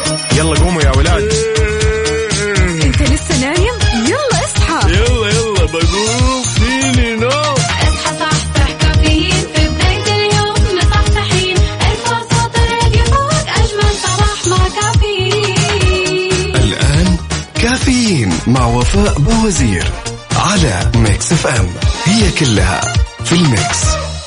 يلا قوموا يا ولاد. انت لسه نايم؟ يلا اصحى. يلا بقوم فيني نوم. اصحى صحصح كافيين في بداية اليوم مصحصحين. ارفع صوت الراديو فوق أجمل صباح مع كافيين. الآن كافيين مع وفاء بوزير على ميكس اف ام. هي كلها في الميكس.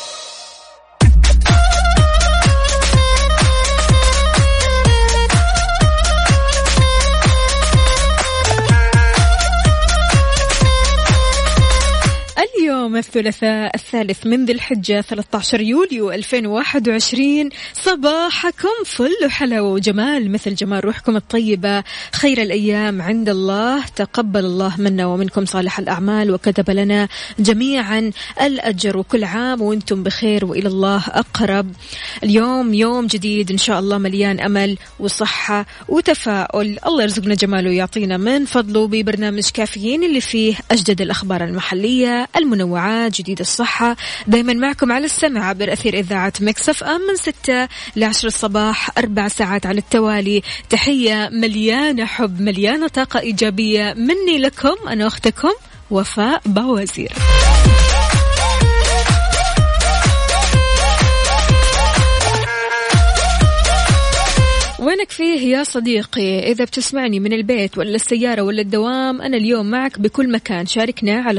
اليوم الثلاثاء 3 من ذي الحجة 13 يوليو 2021. صباحكم فل وحلاوة وجمال مثل جمال روحكم الطيبة. خير الأيام عند الله. تقبل الله منا ومنكم صالح الأعمال وكتب لنا جميعا الأجر. وكل عام وانتم بخير وإلى الله أقرب. اليوم يوم جديد إن شاء الله مليان أمل وصحة وتفاؤل. الله يرزقنا جماله ويعطينا من فضله ببرنامج كافيين اللي فيه أجدد الأخبار المحلية المنوعات جديد الصحة. دايما معكم على السمع عبر أثير إذاعة ميكس اف ام من 6 ل 10 الصباح 4 ساعات على التوالي. تحية مليانة حب مليانة طاقة إيجابية مني لكم. أنا أختكم وفاء بوزير. وينك فيه يا صديقي؟ إذا بتسمعني من البيت ولا السيارة ولا الدوام أنا اليوم معك بكل مكان. شاركنا على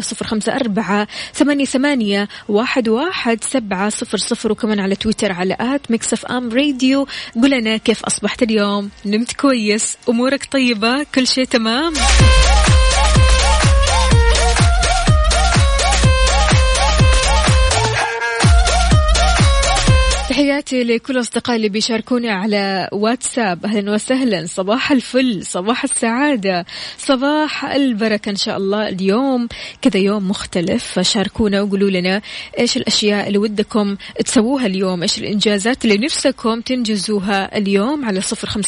0548811700 وكمان على تويتر على @mixfmradio. قل لنا كيف أصبحت اليوم؟ نمت كويس؟ أمورك طيبة؟ كل شيء تمام؟ تحياتي لكل أصدقائي اللي بيشاركوني على واتساب. أهلا وسهلا. صباح الفل، صباح السعادة، صباح البركة إن شاء الله. اليوم كذا يوم مختلف، فشاركونا وقولوا لنا إيش الأشياء اللي ودكم تسووها اليوم، إيش الإنجازات اللي نفسكم تنجزوها اليوم على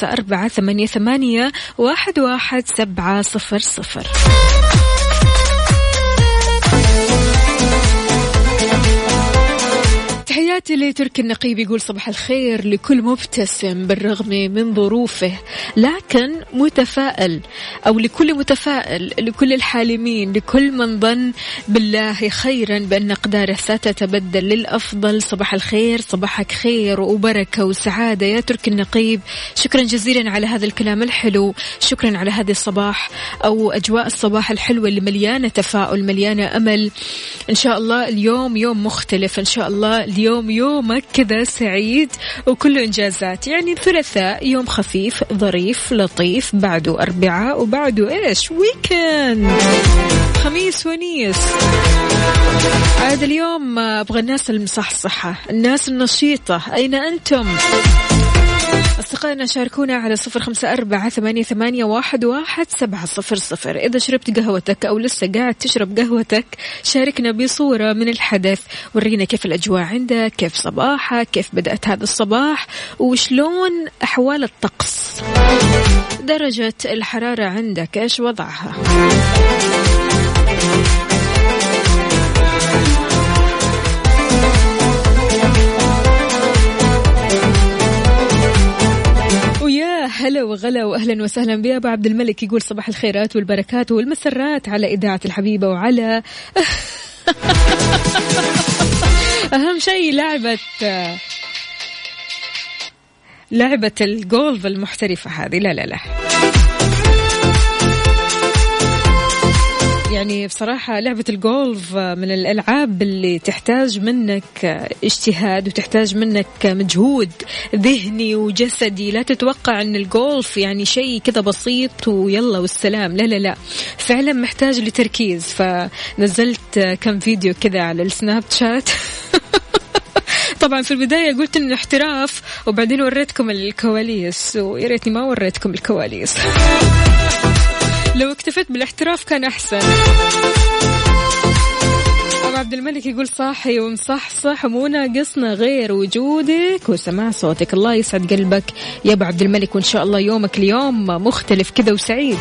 0548811700. تحياتي لتركي النقيب يقول صباح الخير لكل مبتسم بالرغم من ظروفه لكن متفائل، أو لكل متفائل، لكل الحالمين، لكل من ظن بالله خيرا بأن أقداره ستتبدل للأفضل. صباح الخير، صباحك خير وبركة وسعادة يا تركي النقيب. شكرا جزيلا على هذا الكلام الحلو، شكرا على هذا الصباح أو أجواء الصباح الحلوة اللي مليانة تفاؤل مليانة أمل. إن شاء الله اليوم يوم مختلف، إن شاء الله اليوم يومك كذا سعيد وكله إنجازات. يعني ثلاثاء يوم خفيف ظريف لطيف، بعده أربعاء وبعده إيش ويكند، خميس ونيس. هذا اليوم أبغى الناس المصحصحة، الناس النشيطة. أين أنتم؟ أصدقائنا شاركونا على 0548811700. إذا شربت قهوتك أو لسه قاعد تشرب قهوتك شاركنا بصورة من الحدث. ورينا كيف الأجواء عندك، كيف صباحك، كيف بدأت هذا الصباح، وشلون أحوال الطقس، درجة الحرارة عندك إيش وضعها. ويا هلا وغلا وأهلا وسهلا بأبو عبد الملك. يقول صباح الخيرات والبركات والمسرات على إذاعة الحبيبة وعلى أهم شيء لعبة الجولف المحترفة هذه. لا يعني بصراحة لعبة الجولف من الألعاب اللي تحتاج منك اجتهاد وتحتاج منك مجهود ذهني وجسدي. لا تتوقع أن الجولف يعني شيء كذا بسيط ويلا والسلام. لا فعلا محتاج لتركيز. فنزلت كم فيديو كذا على السناب شات طبعا في البداية قلت إنه احتراف، وبعدين وريتكم الكواليس، ويا ريتني ما وريتكم الكواليس. لو اكتفيت بالاحتراف كان أحسن. أبو عبد الملك يقول صاحي ومصحصح ومو ناقصنا غير وجودك وسماع صوتك. الله يسعد قلبك يا أبو عبد الملك، وإن شاء الله يومك اليوم مختلف كذا وسعيد.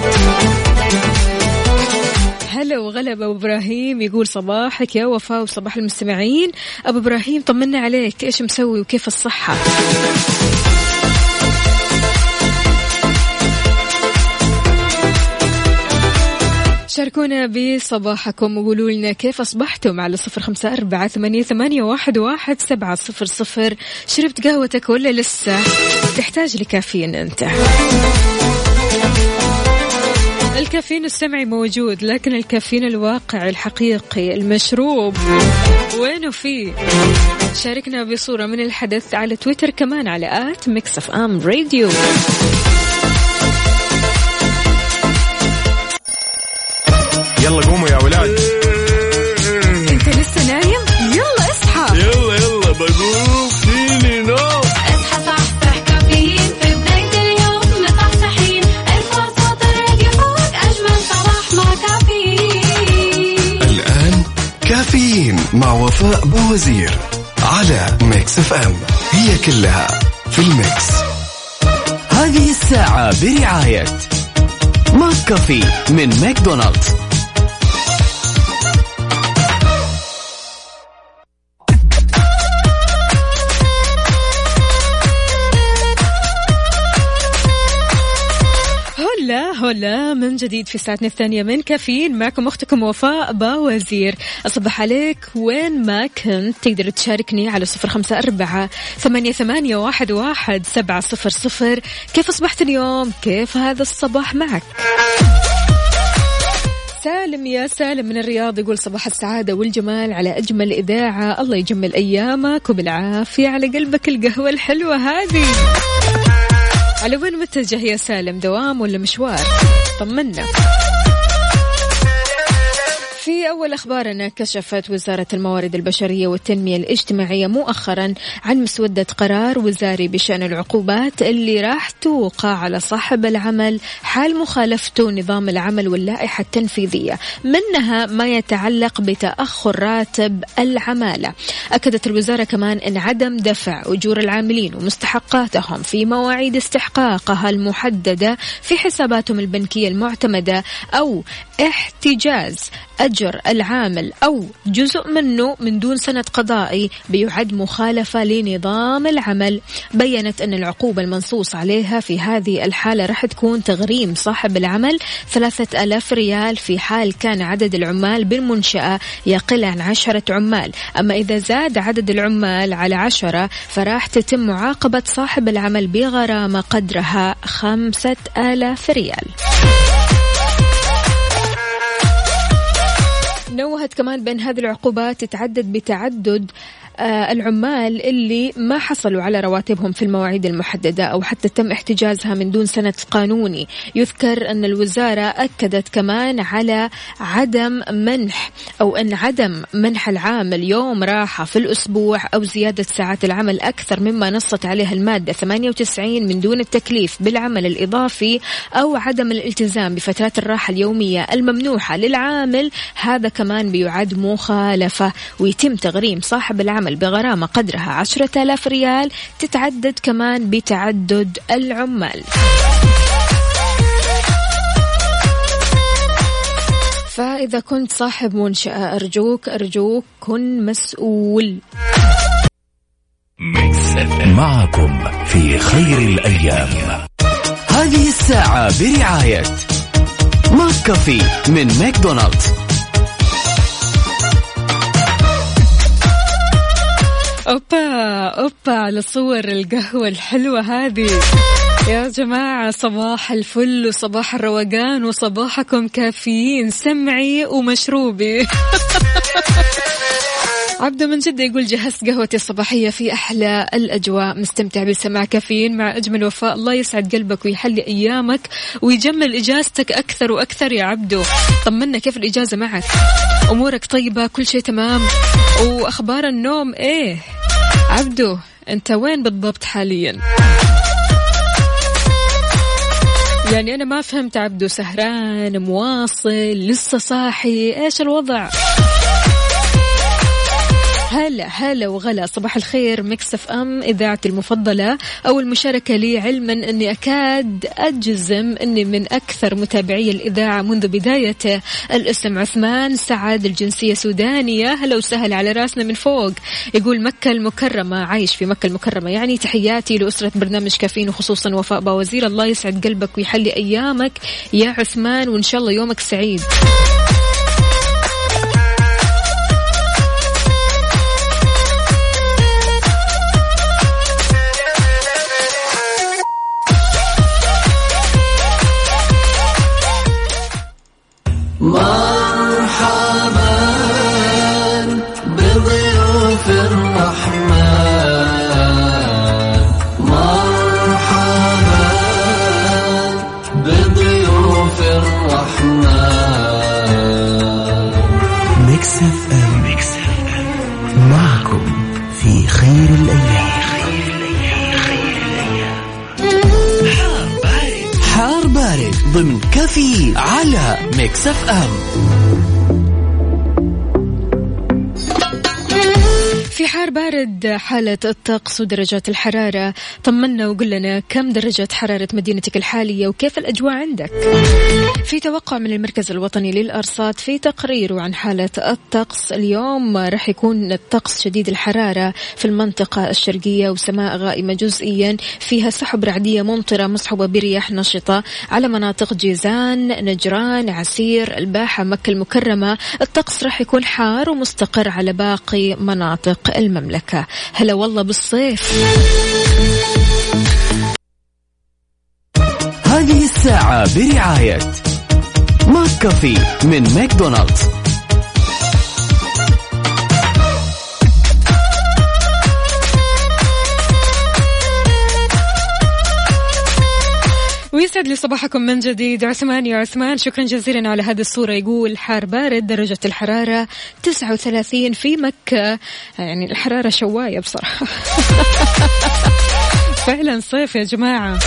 هلا وغلب. أبو إبراهيم يقول صباحك يا وفاء وصباح المستمعين. أبو إبراهيم طمنا عليك، إيش مسوي وكيف الصحة؟ شاركونا بصباحكم وقولوا لنا كيف أصبحتم على 0548811700. شربت قهوتك ولا لسه؟ تحتاج لكافيين أنت. الكافيين السمعي موجود، لكن الكافيين الواقعي الحقيقي المشروب وينه فيه؟ شاركنا بصورة من الحدث على تويتر، كمان على @mixfmradio. يلا قوموا يا ولاد. انت لسه نايم؟ يلا اصحى. يلا بقوم فيني نوم. اصحى صحصح كافيين في بداية اليوم مصحصحين. ارفع صوت الراديو فوق أجمل صباح مع كافيين. الآن كافيين مع وفاء بوزير على ميكس اف ام. هي كلها في الميكس. هذه الساعة برعاية ماك كافي من ماكدونالدز. هلا من جديد في ساعتنا الثانية من كافيين، معكم أختكم وفاء باوزير. أصبح عليك وين ما كنت. تقدر تشاركني على 0548811700. كيف أصبحت اليوم؟ كيف هذا الصباح معك؟ سالم يا سالم من الرياض يقول صباح السعادة والجمال على أجمل إذاعة، الله يجمل أيامك وبالعافية على قلبك القهوة الحلوة هذه. على وين متجه يا سالم؟ دوام ولا مشوار؟ طمنا. في أول أخبارنا، كشفت وزارة الموارد البشرية والتنمية الاجتماعية مؤخرا عن مسودة قرار وزاري بشأن العقوبات اللي راح توقع على صاحب العمل حال مخالفته نظام العمل واللائحة التنفيذية، منها ما يتعلق بتأخر راتب العمالة. أكدت الوزارة كمان أن عدم دفع أجور العاملين ومستحقاتهم في مواعيد استحقاقها المحددة في حساباتهم البنكية المعتمدة أو احتجاز أجر العامل أو جزء منه من دون سند قضائي بيعد مخالفة لنظام العمل. بيّنت أن العقوبة المنصوص عليها في هذه الحالة رح تكون تغريم صاحب العمل 3000 ريال في حال كان عدد العمال بالمنشأة يقل عن 10 عمال. أما إذا زاد عدد العمال على 10 فراح تتم معاقبة صاحب العمل بغرامة قدرها 5000 ريال. نوهت كمان بأن هذه العقوبات تتعدد بتعدد العمال اللي ما حصلوا على رواتبهم في المواعيد المحددة أو حتى تم احتجازها من دون سند قانوني. يذكر أن الوزارة أكدت كمان على عدم منح العامل يوم راحة في الأسبوع أو زيادة ساعات العمل أكثر مما نصت عليها المادة 98 من دون التكليف بالعمل الإضافي أو عدم الالتزام بفترات الراحة اليومية الممنوحة للعامل. هذا كمان بيعد مخالفة ويتم تغريم صاحب العمل بغرامة قدرها 10,000 ريال، تتعدد كمان بتعدد العمال. فإذا كنت صاحب منشأة أرجوك كن مسؤول. معكم في خير الأيام. هذه الساعة برعاية ماك كافي من ماكدونالدز. أوبا على صور القهوة الحلوة هذه يا جماعة. صباح الفل وصباح الروقان وصباحكم كافيين سمعي ومشروبي. عبده من جدة يقول جهزت قهوتي الصباحية في أحلى الأجواء، مستمتع بسماع كافيين مع أجمل وفاء. الله يسعد قلبك ويحلي أيامك ويجمل إجازتك أكثر وأكثر يا عبده. طمنا كيف الإجازة معك؟ أمورك طيبة؟ كل شيء تمام؟ وأخبار النوم إيه؟ عبده أنت وين بالضبط حاليا؟ يعني أنا ما فهمت عبده، سهران مواصل لسه صاحي إيش الوضع؟ هلا وغلا. صباح الخير ميكس اف ام اذاعتي المفضله. اول مشاركه لي، علما اني اكاد اجزم اني من اكثر متابعي الاذاعه منذ بدايته. الاسم عثمان سعد، الجنسيه سودانيه. هلا وسهلا على راسنا من فوق. يقول مكه المكرمه، عايش في مكه المكرمه. يعني تحياتي لاسره برنامج كافيين وخصوصا وفاء باوزير. الله يسعد قلبك ويحلي ايامك يا عثمان، وان شاء الله يومك سعيد. مرحبا بضيوف الرحمن، مرحبا بضيوف الرحمن. ميكس اف ام معكم في خير الأيام. حار بارد ضمن كافيين على ميكس اف ام. في حار بارد حالة الطقس ودرجات الحرارة. طمنا وقلنا كم درجة حرارة مدينتك الحالية وكيف الأجواء عندك. في توقع من المركز الوطني للأرصاد في تقريره عن حالة الطقس. اليوم رح يكون الطقس شديد الحرارة في المنطقة الشرقية وسماء غائمة جزئيا، فيها سحب رعدية ممطرة مصحوبة برياح نشطة على مناطق جيزان، نجران، عسير، الباحة، مكة المكرمة. الطقس رح يكون حار ومستقر على باقي مناطق المملكة. هلا والله بالصيف. هذه الساعة برعاية ماك كافي من ماكدونالدز. ويسعد لي صباحكم من جديد. عثمان يا عثمان، شكرا جزيلا على هذه الصورة. يقول حار بارد، درجة الحرارة 39 في مكة. يعني الحرارة شواية بصراحة. فعلا صيف يا جماعة.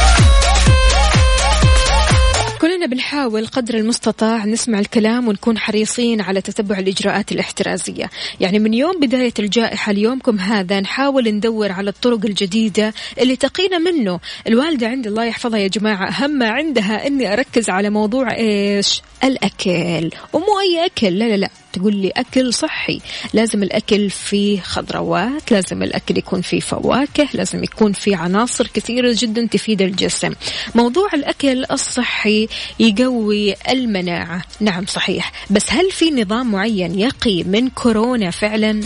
كلنا بنحاول قدر المستطاع نسمع الكلام ونكون حريصين على تتبع الإجراءات الاحترازية. يعني من يوم بداية الجائحة ليومكم هذا نحاول ندور على الطرق الجديدة اللي تقينا منه. الوالدة عندي الله يحفظها يا جماعة، أهم عندها أني أركز على موضوع إيش؟ الأكل. ومو أي أكل، لا تقول لي أكل صحي. لازم الأكل فيه خضروات، لازم الأكل يكون فيه فواكه، لازم يكون فيه عناصر كثيرة جدا تفيد الجسم. موضوع الأكل الصحي يقوي المناعة، نعم صحيح، بس هل في نظام معين يقي من كورونا فعلا؟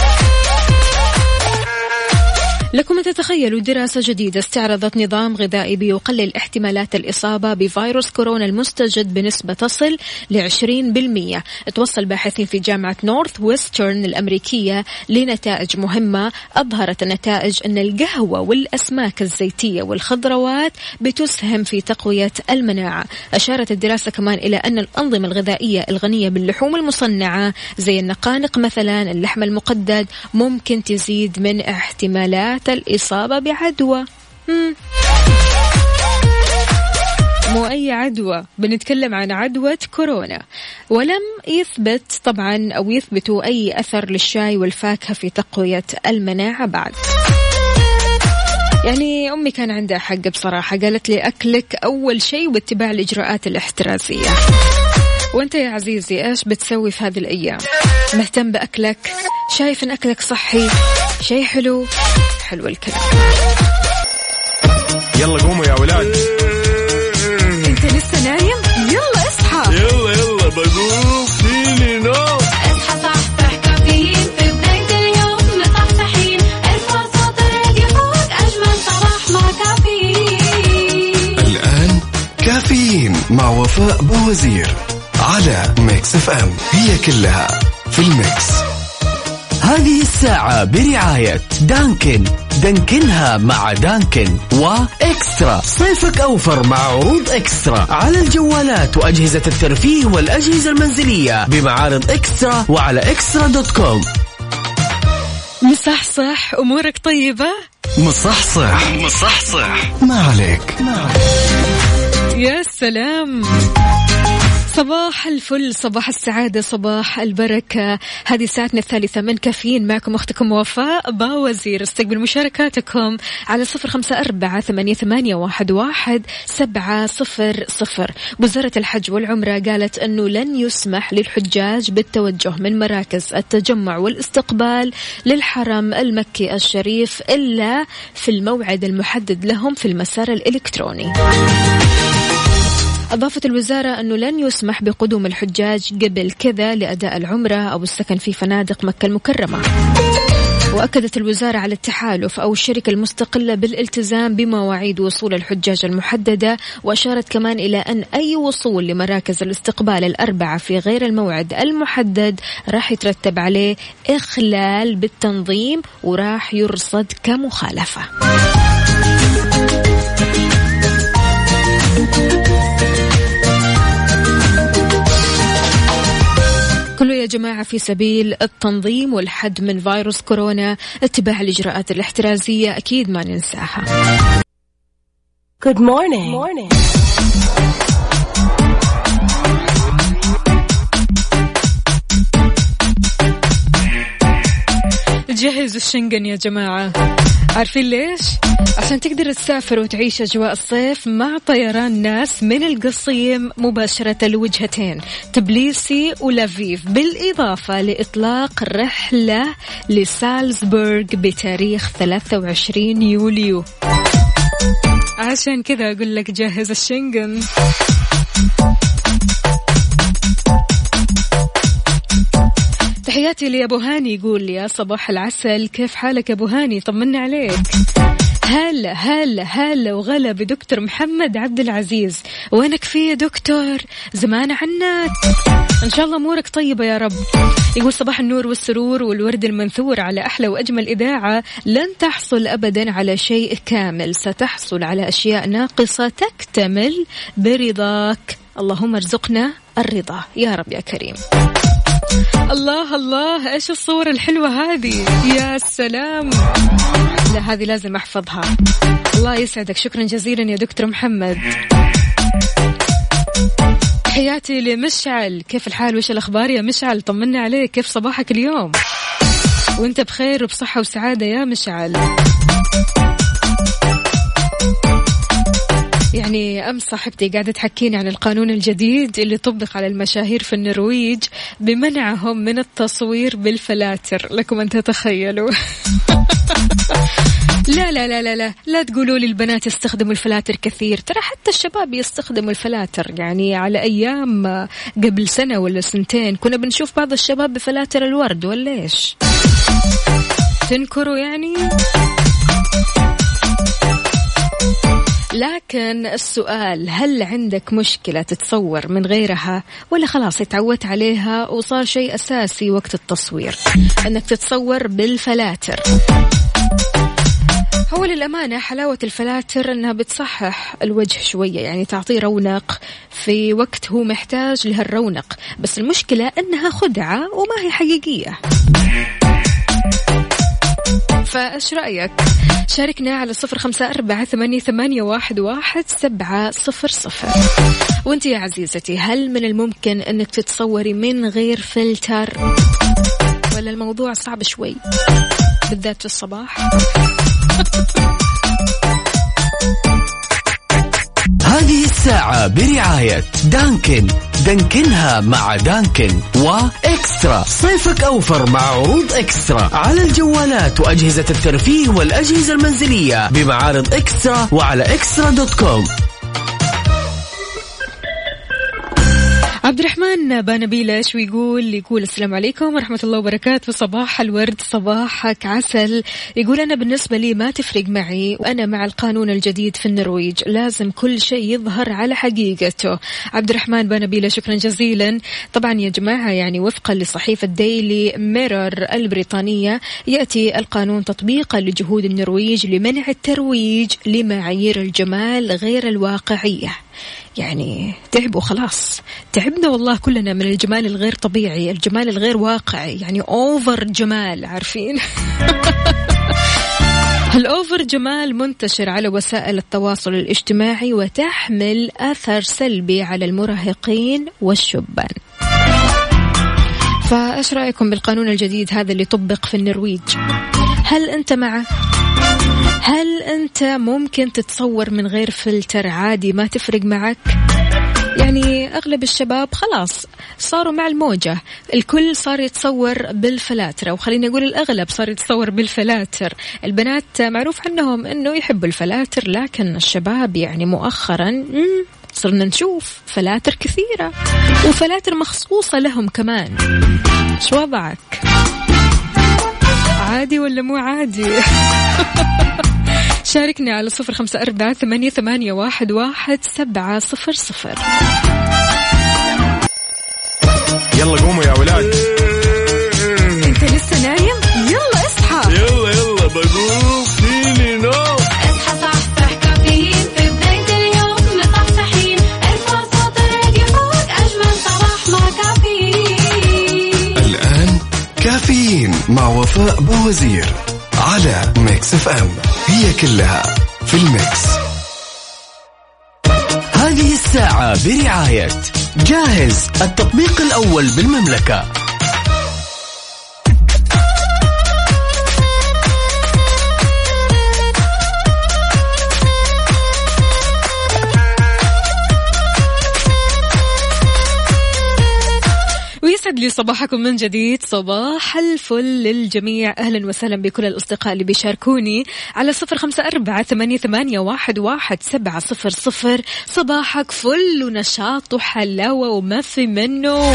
لكم أن تتخيلوا دراسة جديدة استعرضت نظام غذائي بيقلل احتمالات الإصابة بفيروس كورونا المستجد بنسبة تصل ل20%. توصل باحثين في جامعة نورث ويسترن الأمريكية لنتائج مهمة. أظهرت النتائج أن القهوة والأسماك الزيتية والخضروات بتسهم في تقوية المناعة. أشارت الدراسة كمان إلى أن الأنظمة الغذائية الغنية باللحوم المصنعة زي النقانق مثلا، اللحم المقدد، ممكن تزيد من احتمالات الإصابة بعدوى. مو أي عدوى، بنتكلم عن عدوى كورونا. ولم يثبت طبعا أو يثبتوا أي أثر للشاي والفاكهة في تقوية المناعة بعد. يعني أمي كان عندها حق بصراحة، قالت لي أكلك أول شيء واتباع الإجراءات الاحترازية. وانت يا عزيزي ايش بتسوي في هذه الأيام؟ مهتم بأكلك؟ شايف ان أكلك صحي؟ شيء حلو الكلام. يلا قوموا يا ولاد. انت لسه نايم؟ يلا اصحى. يلا بقوم فيني نوم. اصحى صحصح كافيين في بداية اليوم مصحصحين. ارفع صوت الراديو فوق أجمل صباح مع كافيين. الآن كافيين مع وفاء باوزير على ميكس اف ام. هي كلها في الميكس. هذه الساعة برعاية دانكن. دانكنها مع دانكن وإكسترا. صيفك أوفر مع عروض إكسترا على الجوالات وأجهزة الترفيه والأجهزة المنزلية بمعارض إكسترا وعلى إكسترا.com. مصحصح، أمورك طيبة؟ مصحصح ما عليك. يا سلام. صباح الفل، صباح السعادة، صباح البركة. هذه ساعتنا الثالثة من كافيين، معكم أختكم وفاء باوزير. استقبل مشاركاتكم على 0548811700. وزارة الحج والعمرة قالت أنه لن يسمح للحجاج بالتوجه من مراكز التجمع والاستقبال للحرم المكي الشريف إلا في الموعد المحدد لهم في المسار الإلكتروني. أضافت الوزارة أنه لن يسمح بقدوم الحجاج قبل كذا لأداء العمرة أو السكن في فنادق مكة المكرمة. وأكدت الوزارة على التحالف أو الشركة المستقلة بالالتزام بمواعيد وصول الحجاج المحددة، وأشارت كمان إلى أن أي وصول لمراكز الاستقبال الأربعة في غير الموعد المحدد راح يترتب عليه إخلال بالتنظيم وراح يرصد كمخالفة. كله يا جماعة في سبيل التنظيم والحد من فيروس كورونا، اتباع الإجراءات الاحترازية أكيد ما ننساها. Good morning. جهزوا الشنغن يا جماعة، عارفين ليش؟ عشان تقدر تسافر وتعيش أجواء الصيف مع طيران ناس من القصيم مباشرة لوجهتين تبليسي ولافيف، بالإضافة لإطلاق رحلة لسالزبورغ بتاريخ 23 يوليو. عشان كذا أقول لك جهز الشنغن. تحياتي لأبو هاني، يقول يا صباح العسل، كيف حالك أبو هاني؟ طمنا عليك. هلا هلا هلا وغلا بدكتور محمد عبد العزيز، وينك فيه يا دكتور؟ زمان عنك، إن شاء الله أمورك طيبة يا رب. يقول صباح النور والسرور والورد المنثور على أحلى وأجمل إذاعة. لن تحصل أبدا على شيء كامل، ستحصل على أشياء ناقصة تكتمل برضاك. اللهم ارزقنا الرضا يا رب يا كريم. الله الله، إيش الصورة الحلوة هذه، يا سلام. لا هذه لازم أحفظها. الله يسعدك، شكرا جزيلا يا دكتور محمد. حياتي لمشعل، كيف الحال وإيش الأخبار يا مشعل؟ طمنا عليك، كيف صباحك اليوم؟ وانت بخير وبصحة وسعادة يا مشعل. يعني أمس صاحبتي قاعدة تحكيني عن القانون الجديد اللي طبق على المشاهير في النرويج بمنعهم من التصوير بالفلاتر، لكم أن تتخيلوا. لا لا لا لا لا لا تقولوا لي البنات يستخدموا الفلاتر كثير، ترى حتى الشباب يستخدموا الفلاتر. يعني على أيام قبل سنة ولا سنتين كنا بنشوف بعض الشباب بفلاتر الورد، ولا إيش؟ تنكروا يعني؟ لكن السؤال، هل عندك مشكلة تتصور من غيرها، ولا خلاص اتعودت عليها وصار شيء أساسي وقت التصوير أنك تتصور بالفلاتر؟ هو للأمانة حلاوة الفلاتر أنها بتصحح الوجه شوية، يعني تعطيه رونق في وقت هو محتاج لهالرونق، بس المشكلة أنها خدعة وما هي حقيقية. فايش رأيك؟ شاركنا على 0548811700. وانت يا عزيزتي، هل من الممكن انك تتصوري من غير فلتر، ولا الموضوع صعب شوي بالذات في الصباح؟ هذه الساعة برعاية دانكن، دانكنها مع دانكن، وإكسترا، صيفك أوفر مع عروض إكسترا على الجوالات وأجهزة الترفيه والأجهزة المنزلية بمعارض إكسترا وعلى extra.com. عبد الرحمن بانبيلة شو يقول السلام عليكم ورحمة الله وبركاته، صباح الورد، صباحك عسل. يقول أنا بالنسبة لي ما تفرق معي، وأنا مع القانون الجديد في النرويج، لازم كل شيء يظهر على حقيقته. عبد الرحمن بانبيلة شكرا جزيلا. طبعا يا جماعة، يعني وفقا لصحيفة ديلي ميرور البريطانية، يأتي القانون تطبيقا لجهود النرويج لمنع الترويج لمعايير الجمال غير الواقعية. يعني تعبوا خلاص، تعبنا والله كلنا من الجمال الغير طبيعي، الجمال الغير واقعي، يعني أوفر جمال، عارفين؟ الأوفر جمال منتشر على وسائل التواصل الاجتماعي وتحمل أثر سلبي على المراهقين والشبان. فإيش رأيكم بالقانون الجديد هذا اللي طبق في النرويج؟ هل أنت معه؟ هل أنت ممكن تتصور من غير فلتر عادي ما تفرق معك؟ يعني أغلب الشباب خلاص صاروا مع الموجة، الكل صار يتصور بالفلاتر، أو خليني أقول الأغلب صار يتصور بالفلاتر. البنات معروف عنهم أنه يحبوا الفلاتر، لكن الشباب يعني مؤخرا صرنا نشوف فلاتر كثيرة وفلاتر مخصوصة لهم كمان. شو وضعك؟ عادي ولا مو عادي؟ شاركني على 0548811700. يلا قوموا يا ولاد. انت لسه نايم؟ يلا اصحى. يلا بقوم فيني نوم. اصحى صحصح كافيين في بداية اليوم مصحصحين ارفع صوت الراديو فوق أجمل صباح مع كافيين. الآن كافيين مع وفاء بوزير على ميكس اف ام، هي كلها في الميكس. هذه الساعة برعاية جاهز، التطبيق الأول بالمملكة. ويسعد لي صباحكم من جديد، صباح الفل للجميع. أهلا وسهلا بكل الأصدقاء اللي بيشاركوني على 0548811700. صباحك فل ونشاط وحلاوة وما في منه.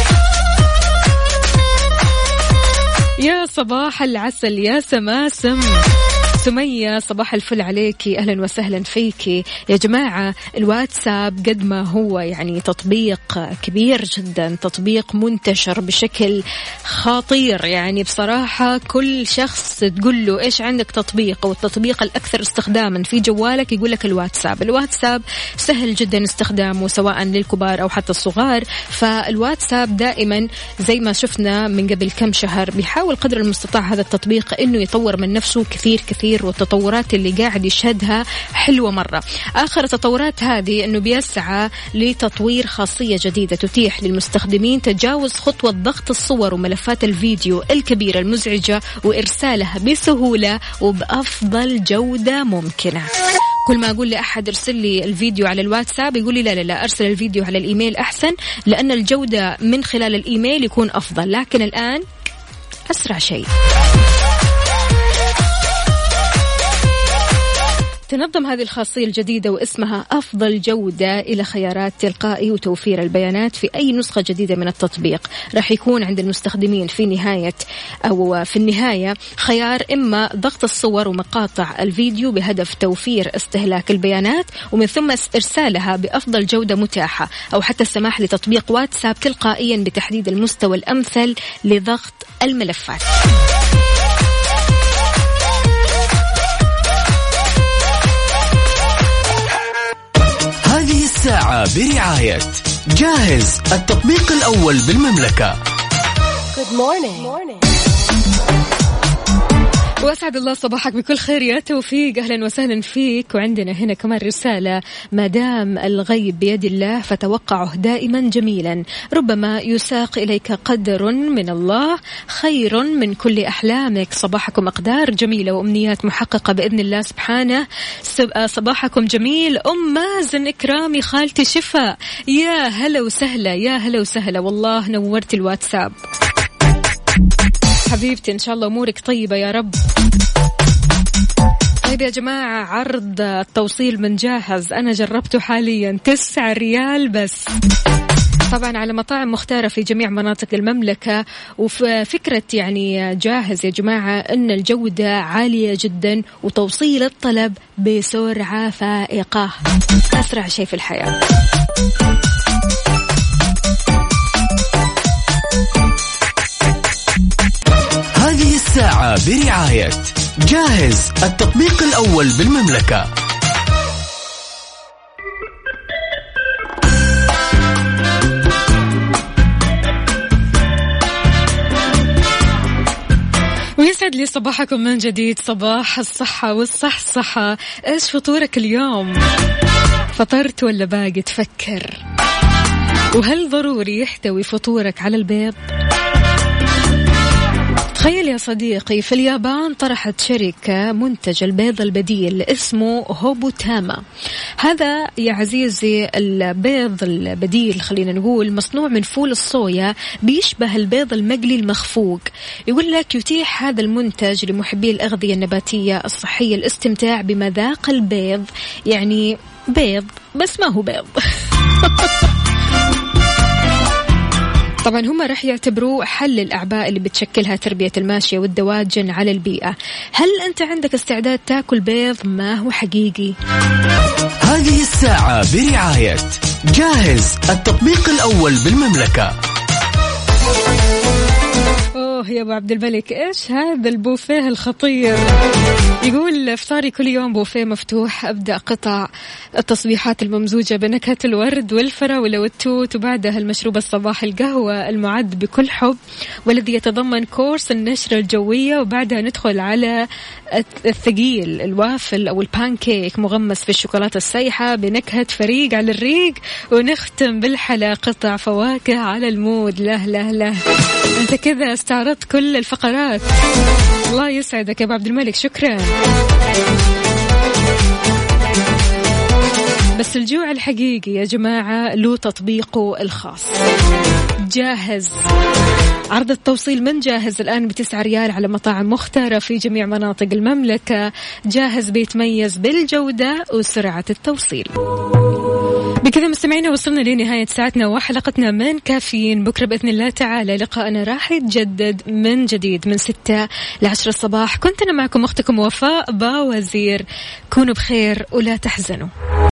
يا صباح العسل يا سماسم. سمية صباح الفل عليكي، أهلا وسهلا فيكي. يا جماعة الواتساب قد ما هو يعني تطبيق كبير جدا، تطبيق منتشر بشكل خطير، يعني بصراحة كل شخص تقول له إيش عندك تطبيق أو التطبيق الأكثر استخداما في جوالك يقول لك الواتساب. الواتساب سهل جدا استخدامه سواء للكبار أو حتى الصغار. فالواتساب دائما زي ما شفنا من قبل كم شهر بيحاول قدر المستطاع هذا التطبيق إنه يطور من نفسه كثير، والتطورات اللي قاعد يشهدها حلوة مرة. آخر التطورات هذه أنه بيسعى لتطوير خاصية جديدة تتيح للمستخدمين تجاوز خطوة ضغط الصور وملفات الفيديو الكبيرة المزعجة وإرسالها بسهولة وبأفضل جودة ممكنة. كل ما أقول لأحد ارسل لي الفيديو على الواتساب يقول لي لا أرسل الفيديو على الإيميل أحسن، لأن الجودة من خلال الإيميل يكون أفضل. لكن الآن أسرع شيء تنظم هذه الخاصية الجديدة واسمها أفضل جودة إلى خيارات تلقائي وتوفير البيانات في أي نسخة جديدة من التطبيق. راح يكون عند المستخدمين في النهاية خيار إما ضغط الصور ومقاطع الفيديو بهدف توفير استهلاك البيانات ومن ثم إرسالها بأفضل جودة متاحة، أو حتى السماح لتطبيق واتساب تلقائيا بتحديد المستوى الأمثل لضغط الملفات. هذه الساعة برعاية جاهز، التطبيق الأول بالمملكة. Good morning. وأسعد الله صباحك بكل خير يا توفيق، أهلا وسهلا فيك. وعندنا هنا كمان رسالة: ما دام الغيب بيد الله فتوقعه دائما جميلا، ربما يساق إليك قدر من الله خير من كل أحلامك. صباحكم أقدار جميلة وأمنيات محققة بإذن الله سبحانه. صباحكم جميل. أم مازن إكرامي خالتي شفاء، يا هلا وسهلا يا هلا وسهلا، والله نورت الواتساب حبيبتي، إن شاء الله أمورك طيبة يا رب. طيب يا جماعة، عرض التوصيل من جاهز أنا جربته حاليا 9 ريال بس، طبعا على مطاعم مختارة في جميع مناطق المملكة. وفكرة يعني جاهز يا جماعة أن الجودة عالية جدا وتوصيل الطلب بسرعة فائقة، أسرع شيء في الحياة. هذه الساعة برعاية جاهز، التطبيق الأول بالمملكة. يسعد لي صباحكم من جديد، صباح الصحة والصحصحة. إيش فطورك اليوم؟ فطرت ولا باقي تفكر؟ وهل ضروري يحتوي فطورك على البيض؟ تخيل يا صديقي، في اليابان طرحت شركة منتج البيض البديل اسمه هوبوتاما. هذا يا عزيزي البيض البديل، خلينا نقول مصنوع من فول الصويا، بيشبه البيض المقلي المخفوق. يقول لك يتيح هذا المنتج لمحبي الأغذية النباتية الصحية الاستمتاع بمذاق البيض، يعني بيض بس ما هو بيض. طبعا هم راح يعتبروه حل الأعباء اللي بتشكلها تربية الماشية والدواجن على البيئة. هل أنت عندك استعداد تاكل بيض ما هو حقيقي؟ هذه الساعة برعاية جاهز، التطبيق الأول بالمملكة. أوه يا أبو عبد الملك، إيش هذا البوفيه الخطير؟ يقول إفطاري كل يوم بوفيه مفتوح، أبدأ قطع التصبيحات الممزوجة بنكهة الورد والفراولة والتوت، وبعدها المشروب الصباحي القهوة المعد بكل حب والذي يتضمن كورس النشرة الجوية، وبعدها ندخل على الثقيل الوافل أو البانكيك مغمس في الشوكولاتة السايحة بنكهة فريق على الريق، ونختم بالحلا قطع فواكه على المود. لا أنت كذا استعرضت كل الفقرات. الله يسعدك يا أبو عبد الملك، شكرا. بس الجوع الحقيقي يا جماعة له تطبيقه الخاص. جاهز، عرض التوصيل من جاهز الآن ب9 ريال على مطاعم مختارة في جميع مناطق المملكة. جاهز بيتميز بالجودة وسرعة التوصيل. بكذا مستمعينا وصلنا لنهاية ساعتنا وحلقتنا من كافيين. بكرة بإذن الله تعالى لقاءنا راح يتجدد من جديد من 6 ل10 الصباح. كنت أنا معكم أختكم وفاء باوزير. كونوا بخير ولا تحزنوا.